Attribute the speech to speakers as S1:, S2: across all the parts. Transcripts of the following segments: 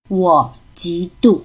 S1: 我嫉妒。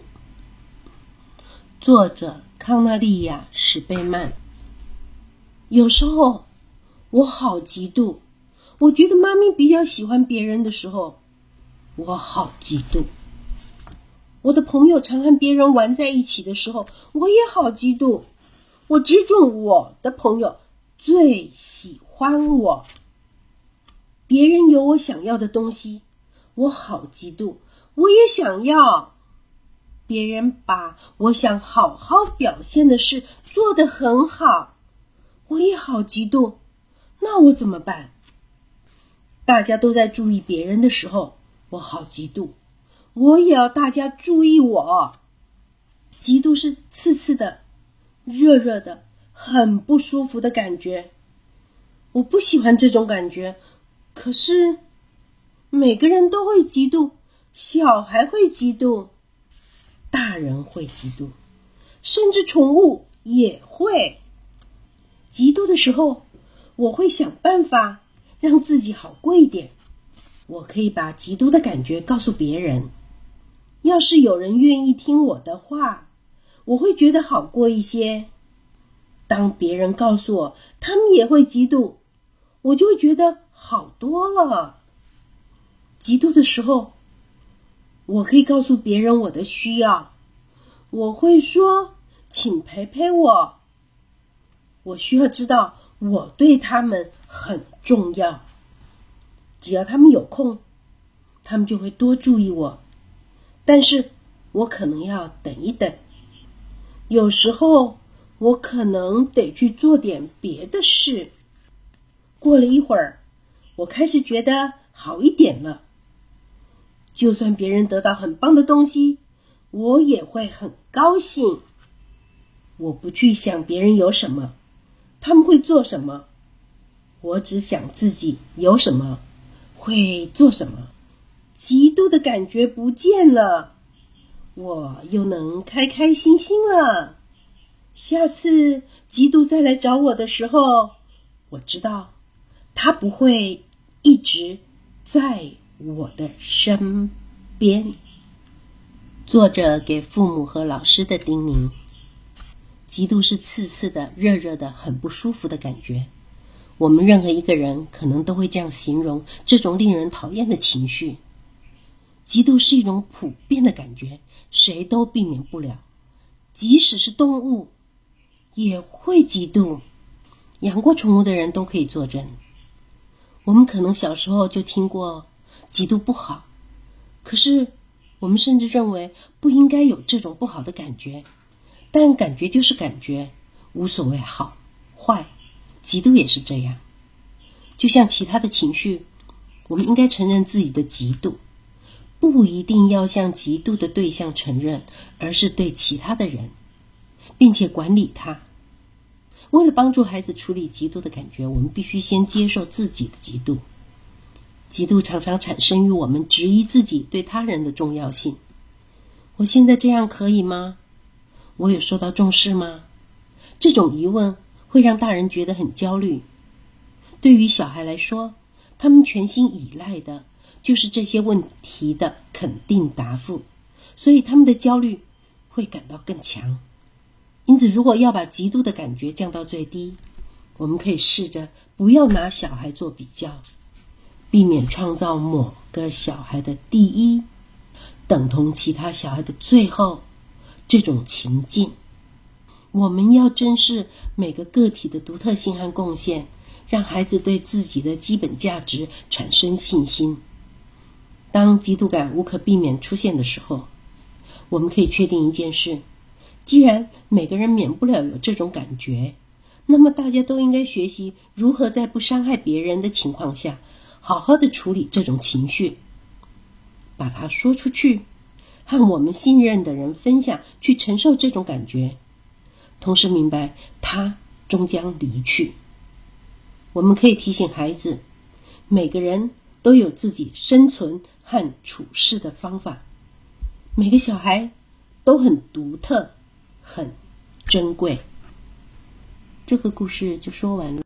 S1: 作者康纳利亚·史贝曼。有时候我好嫉妒，我觉得妈咪比较喜欢别人的时候，我好嫉妒。我的朋友常和别人玩在一起的时候，我也好嫉妒。我只准我的朋友最喜欢我。别人有我想要的东西，我好嫉妒，我也想要。别人把我想好好表现的事做得很好，我也好嫉妒。那我怎么办？大家都在注意别人的时候，我好嫉妒，我也要大家注意我。嫉妒是刺刺的、热热的、很不舒服的感觉。我不喜欢这种感觉，可是每个人都会嫉妒，小孩会嫉妒，大人会嫉妒，甚至宠物也会。嫉妒的时候，我会想办法让自己好过一点。我可以把嫉妒的感觉告诉别人。要是有人愿意听我的话，我会觉得好过一些。当别人告诉我他们也会嫉妒，我就会觉得好多了。嫉妒的时候，我可以告诉别人我的需要。我会说，请陪陪我。我需要知道我对他们很重要。只要他们有空，他们就会多注意我。但是我可能要等一等。有时候我可能得去做点别的事。过了一会儿，我开始觉得好一点了。就算别人得到很棒的东西，我也会很高兴。我不去想别人有什么，他们会做什么，我只想自己有什么，会做什么。嫉妒的感觉不见了，我又能开开心心了。下次嫉妒再来找我的时候，我知道他不会一直在我的身边。作者给父母和老师的叮咛。嫉妒是刺刺的、热热的、很不舒服的感觉。我们任何一个人可能都会这样形容这种令人讨厌的情绪。嫉妒是一种普遍的感觉，谁都避免不了。即使是动物也会嫉妒，养过宠物的人都可以作证。我们可能小时候就听过嫉妒不好，可是我们甚至认为不应该有这种不好的感觉。但感觉就是感觉，无所谓好坏，嫉妒也是这样。就像其他的情绪，我们应该承认自己的嫉妒，不一定要向嫉妒的对象承认，而是对其他的人，并且管理它。为了帮助孩子处理嫉妒的感觉，我们必须先接受自己的嫉妒。嫉妒常常产生于我们质疑自己对他人的重要性。我现在这样可以吗？我有受到重视吗？这种疑问会让大人觉得很焦虑。对于小孩来说，他们全心依赖的就是这些问题的肯定答复，所以他们的焦虑会感到更强。因此，如果要把嫉妒的感觉降到最低，我们可以试着不要拿小孩做比较，避免创造某个小孩的第一等同其他小孩的最后这种情境。我们要珍视每个个体的独特性和贡献，让孩子对自己的基本价值产生信心。当嫉妒感无可避免出现的时候，我们可以确定一件事：既然每个人免不了有这种感觉，那么大家都应该学习如何在不伤害别人的情况下，好好的处理这种情绪，把它说出去，和我们信任的人分享，去承受这种感觉，同时明白它终将离去。我们可以提醒孩子，每个人都有自己生存和处事的方法，每个小孩都很独特，很珍贵。这个故事就说完了。